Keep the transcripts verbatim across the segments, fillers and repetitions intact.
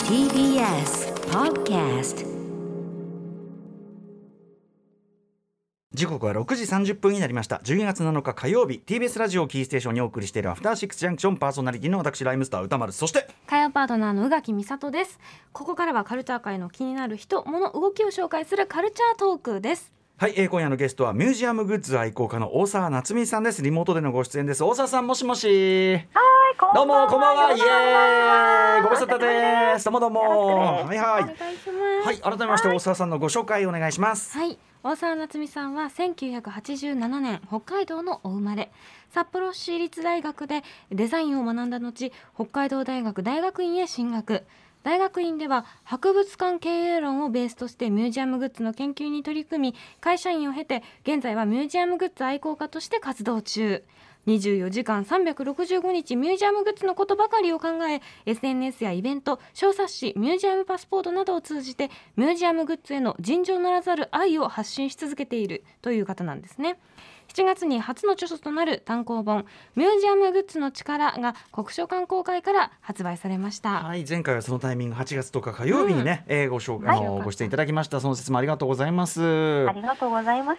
ティービーエス Podcast。 時刻はろくじさんじゅっぷんになりました。じゅうにがつなのか火曜日、 ティービーエス ラジオキーステーションにお送りしているアフターシックスジャンクション、パーソナリティの私ライムスター歌丸、そして火曜パートナーの宇垣美里です。ここからはカルチャー界の気になる人、物、動きを紹介するカルチャートークです。 はい、えー、今夜のゲストはミュージアムグッズ愛好家の大沢夏美さんです。リモートでのご出演です。大沢さん、もしもし。 はい、こんばんは。 どうもこんばんは。イエーイ、ご無沙汰です。どうもどうも。はいはい。 お願いします。 はい、改めまして大沢さんのご紹介お願いします。 はい、大沢夏美さんはせんきゅうひゃくはちじゅうななねん北海道のお生まれ。札幌市立大学でデザインを学んだ後、北海道大学大学院へ進学。大学院では博物館経営論をベースとしてミュージアムグッズの研究に取り組み、会社員を経て現在はミュージアムグッズ愛好家として活動中。にじゅうよじかんさんびゃくろくじゅうごにちミュージアムグッズのことばかりを考え、 エスエヌエス やイベント、小冊子、ミュージアムパスポートなどを通じてミュージアムグッズへの尋常ならざる愛を発信し続けているという方なんですね。しちがつに初の著書となる単行本ミュージアムグッズの力が国書館公開から発売されました。 はい、前回はそのタイミングはちがつとおか火曜日にね、うん、えー、ご紹介、あの、ご出演いただきました。その説もありがとうございます。 ありがとうございました。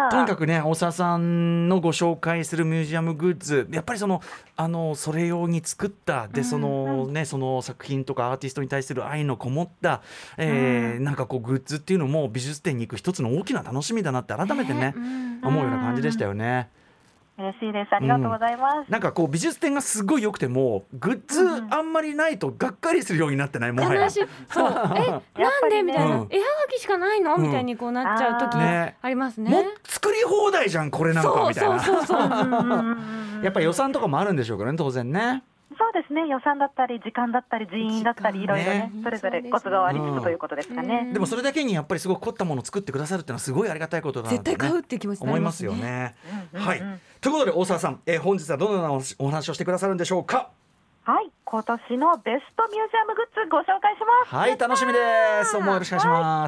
とにかくね、大沢さんのご紹介するミュージアムグッズ、やっぱりそのあのそれ用に作ったで、そのね、その作品とかアーティストに対する愛のこもった、えーうん、なんかこうグッズっていうのも美術展に行く一つの大きな楽しみだなって改めてね、えーうん、思うような感じでしたよね。 嬉しいです。ありがとうございます。 うん、なんかこう美術展がすごい良くてもグッズあんまりないとがっかりするようになってない、もはや。 悲しい。そうえなんでみたいな、うん、絵はがきしかないの、うん、みたいにこうなっちゃう時ありますね。 もう作り放題じゃんこれなんかみたいな。 そうそうそうそうやっぱり予算とかもあるんでしょうからね、当然ね。 そうですね、予算だったり時間だったり人員だったりいろいろね、それぞれコツがありつつということですかね。 でもそれだけにやっぱりすごく凝ったものを作ってくださるっていうのはすごいありがたいことだなと、ね、 絶対買うって気持ちになりますね。 思いますよね。 うんうんうん、はい。 ということで大沢さん、えー、本日はどのようなお話をしてくださるんでしょうか。 はい、今年のベストミュージアムグッズご紹介します。 はい、楽しみです。どうもよろしくお願いします。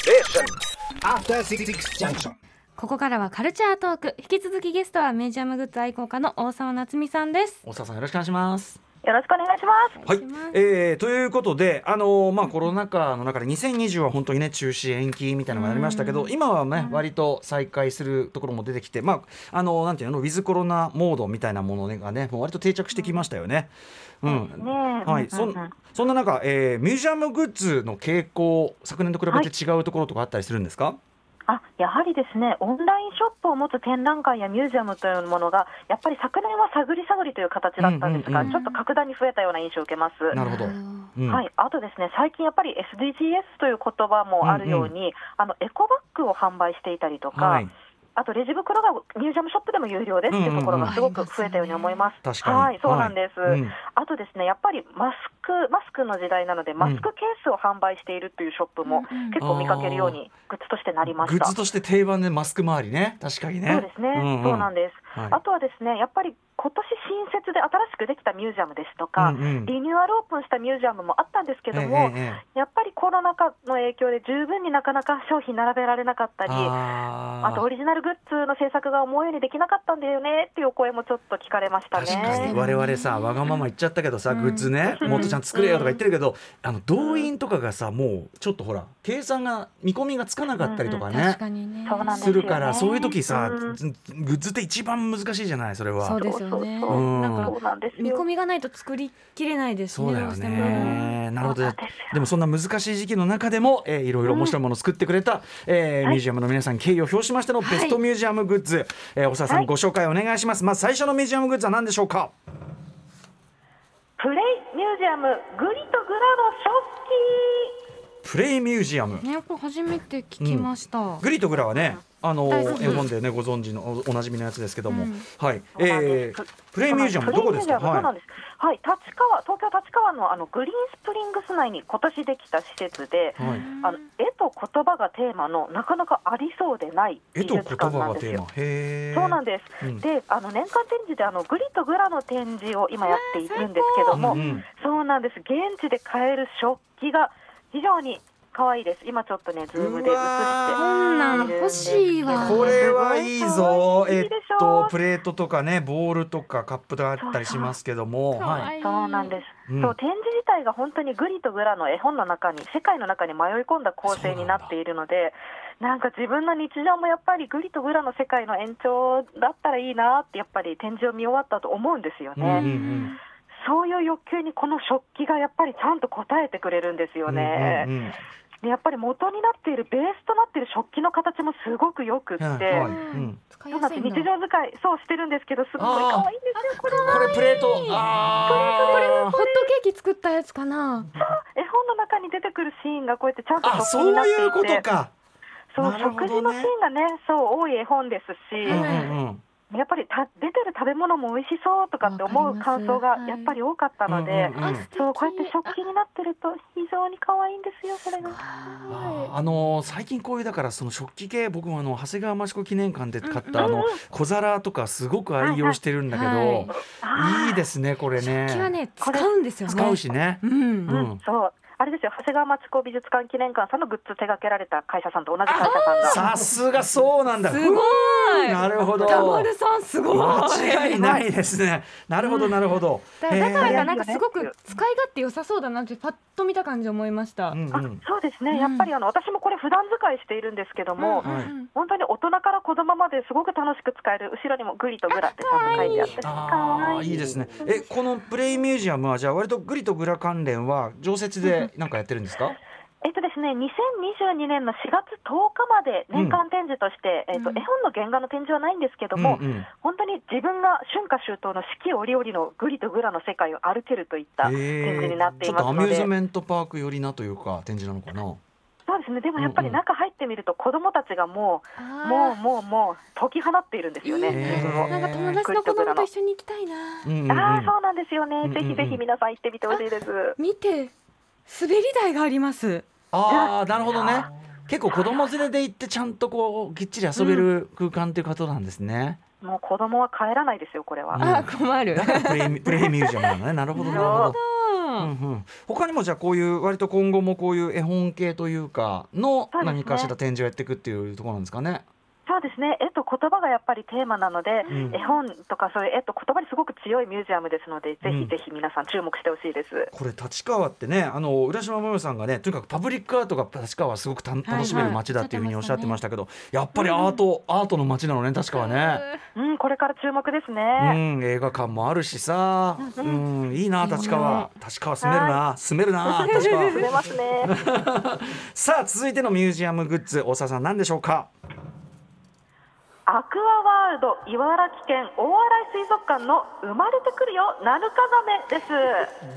ここからはカルチャートーク。引き続きゲストはミュージアムグッズ愛好家の大沢夏美さんです。 大沢さん、よろしくお願いします。 よろしくお願いします。 はい、えー、ということで、あのーまあ、コロナ禍の中でにせんにじゅうは本当にね中止延期みたいなのがありましたけど、今はね割と再開するところも出てきて、まああのー、なんていうの、ウィズコロナモードみたいなものがねもう割と定着してきましたよね。うん、はい、そ, そんな中、えー、ミュージアムグッズの傾向、昨年と比べて違うところとかあったりするんですか。はい、 あやはりですね、オンラインショップを持つ展覧会やミュージアムというものがやっぱり昨年は探り探りという形だったんですが、うんうんうん、ちょっと格段に増えたような印象を受けます。 なるほど。うん、 はい、あとですね、最近やっぱり エスディージーエス という言葉もあるように、うんうん、あのエコバッグを販売していたりとか、はい、あとレジ袋がミュージアムショップでも有料ですというところがすごく増えたように思います。 確かに、 はい、そうなんです。 はい、うん、あとですね、やっぱりマスクマスクの時代なのでマスクケースを販売しているというショップも結構見かけるようにグッズとしてなりました。 グッズとして定番でマスク周りね、確かにね。 そうですね、うんうん、そうなんです。はい、あとはですね、やっぱり今年新設で新しくできたミュージアムですとか、うんうん、リニューアルオープンしたミュージアムもあったんですけども、えええ、やっぱりコロナ禍の影響で十分になかなか商品並べられなかったり、あ, あとオリジナルグッズの制作が思うようにできなかったんだよねっていう声もちょっと聞かれましたね。 確かに我々さ、わがまま言っちゃったけどさ、うん、グッズね、もっとちゃんと作れよとか言ってるけど、うん、あの動員とかがさ、もうちょっとほら計算が見込みがつかなかったりとかね、うんうん、 確かにねするから、そういう時さ、 うん、 グッズって一番難しいじゃない、それは。 そうですよね、うん、なんか見込みがないと作りきれないですね。 そうだよね。なるほど。でもそんな難しい時期の中でも、えー、いろいろ面白いものを作ってくれた、うん、えー、ミュージアムの皆さんに敬意を表しましてのベストミュージアムグッズ、はい、えー、大沢さん、ご紹介お願いします。まず最初のミュージアムグッズは何でしょうか。 プレイミュージアムグリとグラの食器。プレイミュージアム、 ね、これ初めて聞きました、うん、 グリとグラはね、あの絵本でねご存知のおなじみのやつですけども、うん、はい、えー、プレイミュージアムどこですか。 そうなんです、はい、立川、東京立川のあのグリーンスプリングス内に今年できた施設で、はい、あの絵と言葉がテーマのなかなかありそうでない美術館なんですよ。 へー、 そうなんです、うん、であの年間展示であのグリとグラの展示を今やっているんですけども、うんうん、そうなんです、現地で買える食器が非常に可愛いです。今ちょっとねズームで映して、 こんなん欲しいわ。 これはいいぞ。えっとプレートとかね、ボールとかカップがあったりしますけども、 はい、そうなんです。 うん、そう展示自体が本当にグリとグラの絵本の中に世界の中に迷い込んだ構成になっているので、なんか自分の日常もやっぱりグリとグラの世界の延長だったらいいなってやっぱり展示を見終わったと思うんですよね、うんうんうん、そういう欲求にこの食器がやっぱりちゃんと応えてくれるんですよね、うんうんうん、でやっぱり元になっているベースとなっている食器の形もすごくよくって、はいはい、うんそうなんです日常使いそうしてるんですけどすごい可愛いんですよ。これこれプレートあこれホットケーキ作ったやつかな。 絵本の中に出てくるシーンがこうやってちゃんと食器になっていて、 そういうことか。 そう、ね、食事のシーンがねそう多い絵本ですし、うんうんうんやっぱりた出てる食べ物も美味しそうとかって思う感想がやっぱり多かったので、はいうんうんうん、そうこうやって食器になってると非常に可愛いんですよ。これがああのー、最近こういうだからその食器系僕もあの長谷川町子記念館で買った、うんうん、あの小皿とかすごく愛用してるんだけど、はいはい、いいですねこれね。 食器はね使うんですよね。 使うしね、 うんうん、そうあれですよ長谷川町子美術館記念館さんのグッズ手掛けられた会社さんと同じ会社さんがさすがそうなんだすごいなるほど田丸さんすごい間違いないですねなるほどなるほど、 うん、だ, だからかなんかすごく使い勝手良さそうだなってパッと見た感じ思いました、うんうん、 あそうですね、うん、やっぱりあの私もこれ普段使いしているんですけども、うんうん、本当に大人から子供まですごく楽しく使える後ろにもグリとグラってちゃんと書いてあってかわいいいいですね。えこのプレイミュージアムはじゃあ割とグリとグラ関連は常設でなんかやってるんですか？ えっとですね、にせんにじゅうにねんのしがつとおかまで年間展示として、うんえっと、絵本の原画の展示はないんですけども、うんうん、本当に自分が春夏秋冬の四季折々のグリとグラの世界を歩けるといった展示になっていますので、ちょっとアミューズメントパーク寄りなというか展示なのかな。 そうですね、でもやっぱり中入ってみると子どもたちがもう、うんうん、もうもうもう解き放っているんですよね。 なんか友達の子供と一緒に行きたいな、 うんうんうん、あそうなんですよね、うんうんうん、ぜひぜひ皆さん行ってみてほしいです。 見て滑り台があります。 ああなるほどね。結構子供連れで行ってちゃんとこうきっちり遊べる空間ということなんですね、 うん、もう子供は帰らないですよこれは、 うん、あ困るだからプレイ、プレイミュージアムなのね。なるほどなるほど、うんうん、他にもじゃあこういう割と今後もこういう絵本系というかの何かしら展示をやっていくっていうところなんですかね。 そうですね、絵と言葉がやっぱりテーマなので、うん、絵本とかそういう絵と言葉にすごく強いミュージアムですので、ぜひぜひ皆さん注目してほしいです、うん、 これ立川ってねあの浦島もよさんがねとにかくパブリックアートが立川はすごくた楽しめる街だっていうふうにおっしゃってましたけど、はいはい、やっぱりアート、うん、アートの街なのね立川ね、 うん、これから注目ですね、 うん、映画館もあるしさ、うんうん、いいな立川、立川住めるな住めるな立川住めますねさあ続いてのミュージアムグッズ大沢さん何でしょうか。 アクアワールド茨城県大洗水族館の生まれてくるよナヌカザメです。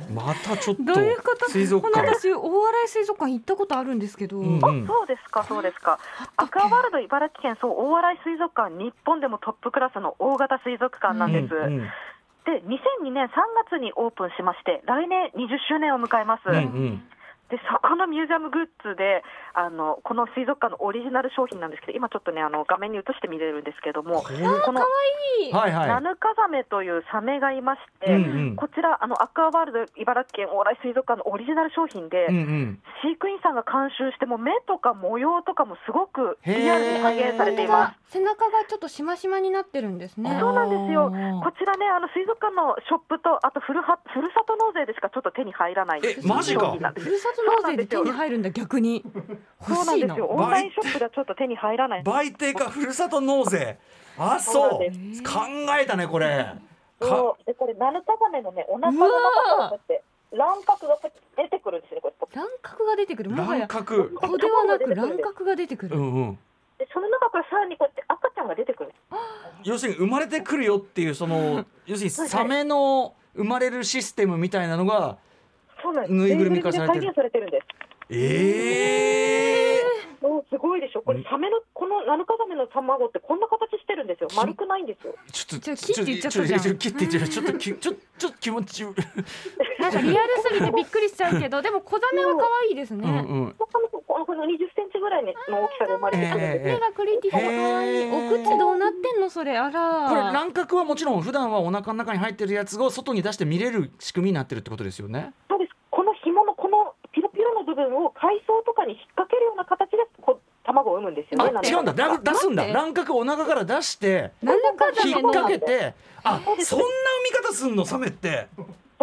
またちょっとどういうこと水族館私大洗水族館行ったことあるんですけど、うんうん、あそうですかそうですか。アクアワールド茨城県そう大洗水族館日本でもトップクラスの大型水族館なんです、うんうん、でにせんにねんさんがつにオープンしまして来年にじゅっしゅうねんを迎えます、うんうんでそこのミュージアムグッズであのこの水族館のオリジナル商品なんですけど今ちょっとねあの画面に映して見れるんですけどもこのナヌカザメというサメがいまして、うんうん、こちらあのアクアワールド茨城県大洗水族館のオリジナル商品で、うんうん、飼育員さんが監修しても目とか模様とかもすごくリアルに再現されています。 背中がちょっとしましまになってるんですね。 そうなんですよ。こちらねあの水族館のショップとあとふるはふるさと納税でしかちょっと手に入らないえマジかふるさと納税で手に入るんだ逆にそうなんですよ。オンラインショップではちょっと手に入らない売定かふるさと納税あそう考えたねこれそうでこれナヌカザメのねお腹の中からこうやって卵殻が出てくるんですね。これ卵殻が出てくるもはや卵殻子ではなく卵殻が出てくる、うんうんでその中からさらにこうやって赤ちゃんが出てくる。 要するに生まれてくるよっていうその要するにサメの生まれるシステムみたいなのがぬいぐるみ化されてる。 されてるんです。 えー、もうすごいでしょ。これサメのこのナヌカザメの卵ってこんな形してるんですよ。丸くないんですよ。 ちょっと切って言っちゃったじゃん。 切って言っちゃった。ちょっときちょちょっと気持ち悪い。 なんかリアルすぎてびっくりしちゃうけどでも小ザメは可愛いですね。うんうんこのにじゅっセンチぐらいの大きさで生まれてくるんです。 目がクリティカル可愛い。お口どうなってんのそれあら。 これ卵殻はもちろん普段はお腹の中に入ってるやつを外に出して見れる仕組みになってるってことですよね。 そうです。この紐のこのピロピロの部分を海藻とかに引っ掛けるような形でこ卵を産むんですよね。 あ違うんだ出すんだ卵殻をお腹から出して引っ掛けてあそんな産み方すんのサメって。 そ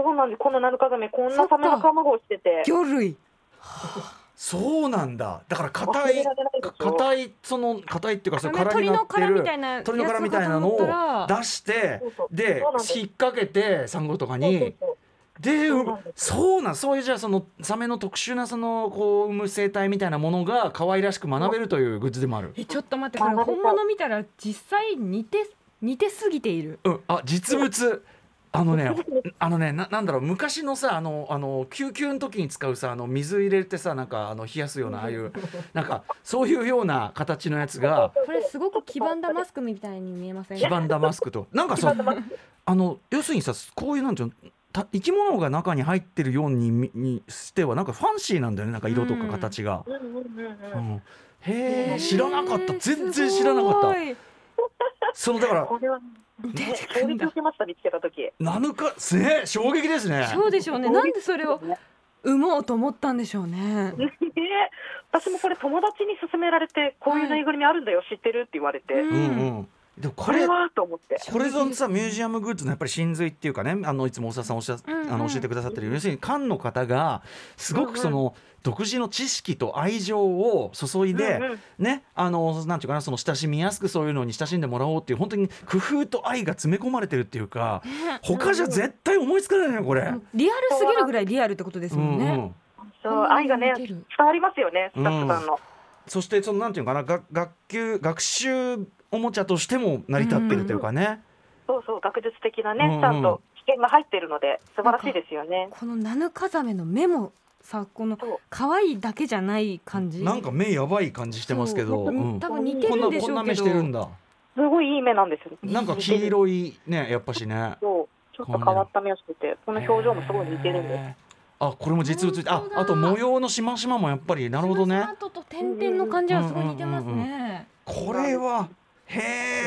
そうなんです。このナヌカザメこんなサメの卵をしてて、 魚類そうなんだ。だから硬い硬いその硬いっていうかその殻に鳥のなってる殻みたいな鳥の殻みたいなのを出してで引っ掛けてサンゴとかにでそうなんそういうじゃあそのサメの特殊なそのこう産む生態みたいなものが可愛らしく学べるというグッズでもある。 えちょっと待ってこれ本物見たら実際似て似てすぎている。 うん、あ実物あのねあのね な, なんだろう昔のさあのあの救急の時に使うさあの水入れてさなんかあの冷やすようなああいうなんかそういうような形のやつがこれすごく黄ばんだマスクみたいに見えませんか。 黄ばんだマスクとなんかさあの要するにさこういうなんていうのた生き物が中に入ってるようににしてはなんかファンシーなんだよねなんか色とか形が、うんうん、へえ知らなかった全然知らなかったそのだからこれは衝撃受けました見つけた時ナヌカね衝撃ですね。 そうでしょうね。なんでそれを産もうと思ったんでしょうね。 私もこれ友達に勧められてこういうぬいぐるみあるんだよ、はい、知ってるって言われて、 うんうんでもこれこれはと思ってこれぞさミュージアムグッズのやっぱり真髄っていうかねあのいつも大沢さんおっしゃ、うんうん、あの教えてくださってる要するに館の方がすごくその、うんうん、独自の知識と愛情を注いで、うんうん、ねあのなんていうかなその親しみやすくそういうのに親しんでもらおうっていう本当に工夫と愛が詰め込まれてるっていうか、ね、他じゃ絶対思いつかないねこれ。 リアルすぎるぐらいリアルってことですもんね。うんうん、 そう愛がね伝わりますよねスタッフさんの、うん、 そしてそのなんていうかなが学級学習おもちゃとしても成り立ってるというかね、 うんうん、そうそう学術的なね、うんうん、ちゃんと知見が入ってるので素晴らしいですよね。 このナヌカザメの目もさこの可愛いだけじゃない感じなんか目やばい感じしてますけど、うん、 多分似てるんでしょうけどこんな目してるんだ。 すごいいい目なんですよ。 なんか黄色いねやっぱしねそうちょっと変わった目をしててこの表情もすごい似てるんです。 あこれも実物ああと模様のしましまもやっぱりなるほどね。 しましまとと点々の感じはすごい似てますね。 これはへ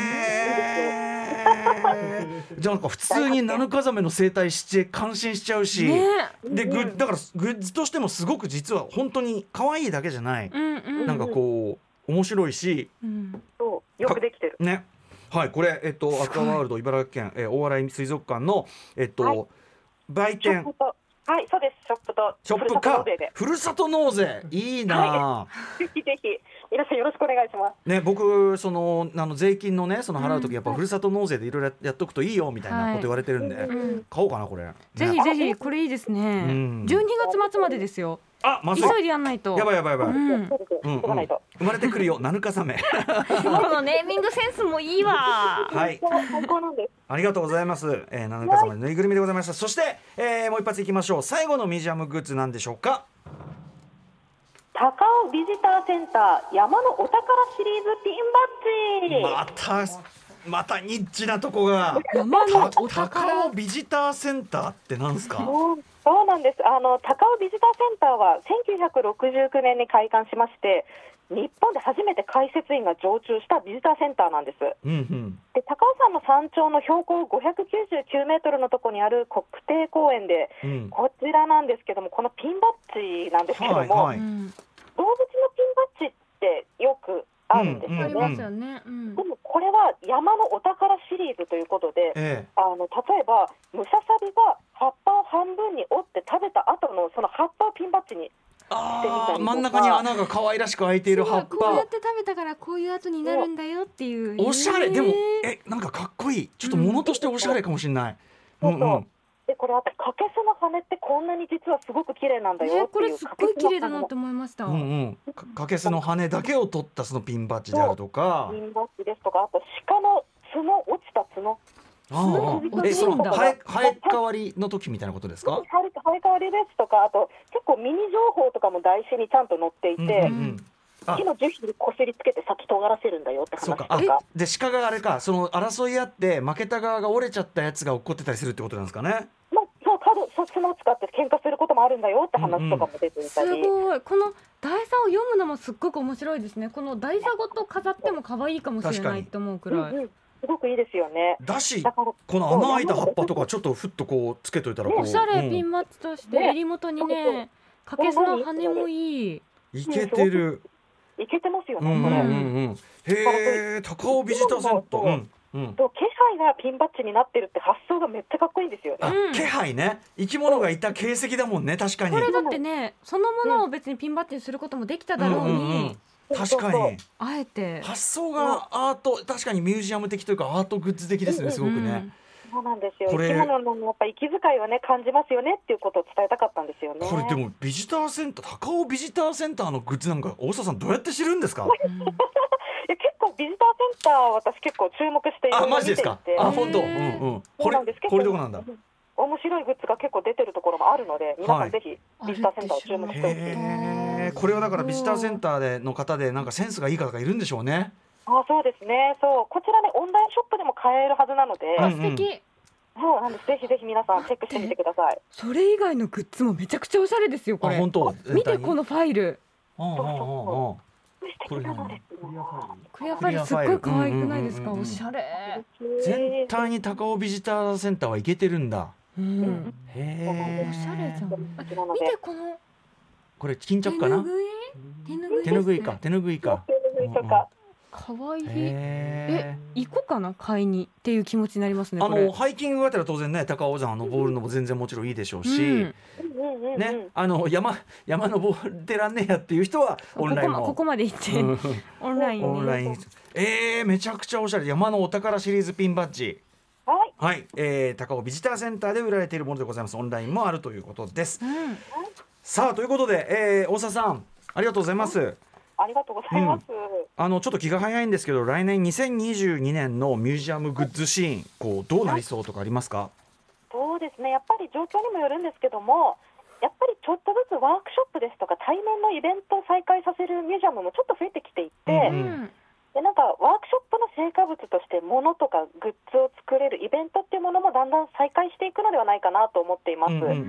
えじゃあなんか普通にナヌカザメの生態して感心しちゃうし、ね、でグだからグッズとしてもすごく実は本当に可愛いだけじゃない、うんうん、なんかこう面白いし、 うん、そうよくできてるね。はいこれえっとアクアワールド茨城県、えー、大洗水族館のえっと、はい、売店はいそうですショップとショップかふるさと納税いいな、 はい、ぜひぜひ皆さんよろしくお願いします。 ね、僕そのあの税金のねその払うときやっぱふるさと納税でいろいろやっとくといいよみたいなこと言われてるんで、はい、買おうかなこれ、ね、 ぜひぜひこれいいですね、うん、じゅうにがつ末までですよ。 あ、ま、 急いでやんないとやばいやばいやばい、うんうんうん、生まれてくるよナヌカザメこのネーミングセンスもいいわはいありがとうございます、えー、ナヌカザメのぬいぐるみでございました。そして、えー、もう一発いきましょう。最後のミュージアムグッズなんでしょうか。 高尾ビジターセンター山のお宝シリーズピンバッジ。 またまたニッチなとこが山のお宝高尾ビジターセンターってなんですか。 そうなんです。あの高尾ビジターセンターはせんきゅうひゃくろくじゅうきゅうねんに開館しまして日本で初めて解説員が常駐したビジターセンターなんです、うんうん、で高尾山の山頂の標高ごひゃくきゅうじゅうきゅうメートルのところにある国定公園で、うん、こちらなんですけどもこのピンバッジなんですけども、はいはい、動物のピンバッジってよくあるんですよね、 ありますよね、うん、 でもこれは山のお宝シリーズということで、ええ、あの例えばムササビが葉っぱを半分に折って食べた後のその葉っぱをピンバッジにあ真ん中に穴が可愛らしく開いている葉っぱこうやって食べたからこういう後になるんだよっていうおしゃれでもえなんかかっこいいちょっと物としておしゃれかもしれない、うん、うんうんでこれあとカケスの羽ってこんなに実はすごく綺麗なんだよっていう、ね、 これすっごい綺麗だなと思いました、うんうん、 カケスの羽だけを取ったそのピンバッジであるとかピンバッジですとかあと鹿の角落ちた角ああえその生え生え変わりの時みたいなことですか。 生え変わりですとかあと結構ミニ情報とかも台紙にちゃんと載っていて、うんうんうん、木の樹皮にこすりつけて先尖らせるんだよって話とか。 そうかあで鹿があれかその争い合って負けた側が折れちゃったやつが落っこってたりするってことなんですかね。 まあ、そう角角を使って喧嘩することもあるんだよって話とかも出ていたり、 うんうん、すごいこの台座を読むのもすっごく面白いですね。この台座ごと飾っても可愛いかもしれないって思うくらい、うんうんすごくいいですよね。 だしこの穴開いた葉っぱとかちょっとふっとこうつけといたらこうおしゃれ、うん、ピンバッジとして襟元にねカケスの羽もいいいけてるいけてますよね、 うんうんうん、へえ高尾ビジターセンター、うん、 うん、 と気配がピンバッジになってるって発想がめっちゃかっこいいんですよね。 あ、気配ね、生き物がいた形跡だもんね。確かにこれだってね、そのものを別にピンバッジにすることもできただろうに、うんうんうん、 確かにあえて発想がアート、確かにミュージアム的というかアートグッズ的ですね、すごくね、うんうん、 そうなんですよ。生き物のやっぱ息遣いはね感じますよねっていうことを伝えたかったんですよね。 これでもビジターセンター、高尾ビジターセンターのグッズなんか大沢さんどうやって知るんですか？うん、いや結構ビジターセンター私結構注目しているのを見ていて。 あ、マジですか？あ、本当。うんうん。これこれどこなんだ？ 面白いグッズが結構出てるところもあるので、皆さんぜひビジターセンターを注目してほしい。 へー、これはだからビジターセンターでの方でなんかセンスがいい方がいるんでしょうね。 あ、そうですね。そう、こちらねオンラインショップでも買えるはずなので、 あ、素敵。 そうなんです。ぜひぜひ皆さんチェックしてみてください。 それ以外のグッズもめちゃくちゃおしゃれですよこれ。 あ、本当。 見てこのファイル。 そうそうそう。 素敵なのです。 クリアファイルすっごい可愛くないですか？おしゃれ。 全体に高尾ビジターセンターはいけてるんだ。うん、へー、おしゃれじゃん。見てこのこれ巾着かな？手ぬぐいか、手ぬぐいか。 かわいい。え、行こうかな買いにっていう気持ちになりますね。 あのハイキングがてら当然ね高尾山登るのも全然もちろんいいでしょうし、うん、ね、あの山山登ってらんねえやっていう人はオンラインもここ、ここまで行って、うん、オンライン、ね、 オンライン。えー、めちゃくちゃおしゃれ。山のお宝シリーズピンバッジ。 はい、 はい、えー、高尾ビジターセンターで売られているものでございます。オンラインもあるということです。うん、さあということで、えー、大沢さんありがとうございます。 ありがとうございます。うん、 あのちょっと気が早いんですけど、来年にせんにじゅうにねんのミュージアムグッズシーン、こうどうなりそうとかありますか？ そうですね、やっぱり状況にもよるんですけども、やっぱりちょっとずつワークショップですとか対面のイベントを再開させるミュージアムもちょっと増えてきていて、うん、でなんかワークショップの成果物として物とかグッズを作れるイベントっていうものもだんだん再開していくのではないかなと思っています。うんうんうん、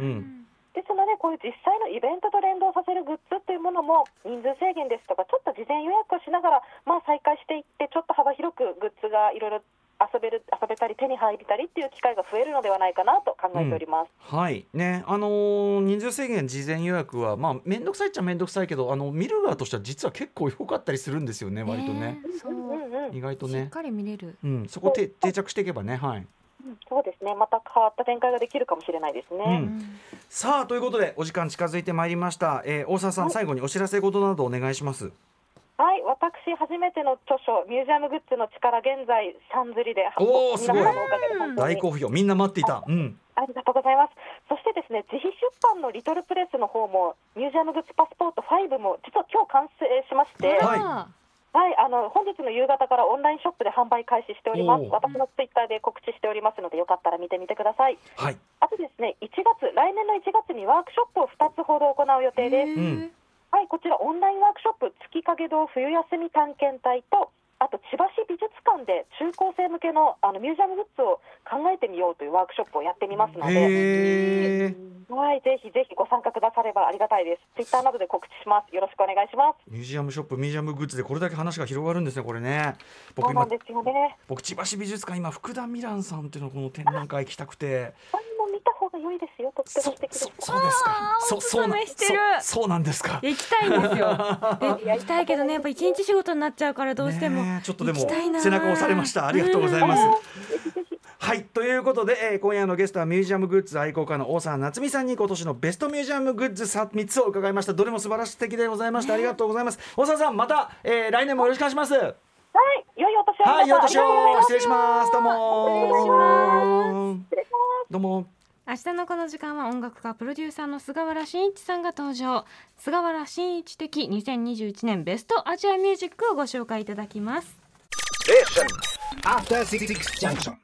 ですのでこういう実際のイベントと連動させるグッズっていうものも人数制限ですとかちょっと事前予約をしながら、まあ、再開していってちょっと幅広くグッズがいろいろ遊べる遊べたり手に入りたりっていう機会が増えるのではないかなと考えております。 うん、はいね、あのー、人数制限事前予約はまあ面倒くさいっちゃ面倒くさいけど、あの見る側としては実は結構良かったりするんですよね、割とね。 そう、 意外とねしっかり見れる。 うん、そこ定着していけばね、はい。 うん、そうですね、また変わった展開ができるかもしれないですね。うん、 さあということでお時間近づいてまいりました。えー、大沢さん、はい、最後にお知らせ事などお願いします。 はい、私初めての著書ミュージアムグッズの力現在さん刷りで、 おーすごい大好評、みんな待っていた。うん、 ありがとうございます。そしてですね、自費出版のリトルプレスの方もミュージアムグッズパスポートファイブも実は今日完成しまして、はいはい、あの本日の夕方からオンラインショップで販売開始しております。私のツイッターで告知しておりますのでよかったら見てみてください。 はい、 あとですね、いちがつ来年のいちがつにワークショップをふたつほど行う予定です。うん、はい、こちらオンラインワークショップ月影堂冬休み探検隊と、あと千葉市美術館で中高生向け の, あのミュージアムグッズを考えてみようというワークショップをやってみますので、はい、ぜひぜひご参加くださればありがたいです。ツイッターなどで告知します。よろしくお願いします。 ミュージアムショップ、ミュージアムグッズでこれだけ話が広がるんですね、これね。 僕今そうなんですよね。 僕千葉市美術館今福田美蘭さんっていうのこの展覧会行きたくて。 見た方が良いですよ。とっても素敵です。 そ, そ, そうですか。そ, そうなそ, そうなんですか。 行きたいんですよ。行きたいけどね、やっぱ一日仕事になっちゃうからどうしても、 ね、ちょっとでも背中を押されました。ありがとうございます。はい、ということで、えー、今夜のゲストはミュージアムグッズ愛好家の大沢夏美さんに今年のベストミュージアムグッズみっつを伺いました。どれも素晴らしい素敵でございました。ありがとうございます。大沢さん、また、えー、来年もよろしくお願いします。はい、 良いお年を。 はい、良いお年を。失礼します。どうも。 失礼します。 どうも。 明日のこの時間は音楽家プロデューサーの菅原慎一さんが登場。菅原慎一的にせんにじゅういちねんベストアジアミュージックをご紹介いただきます。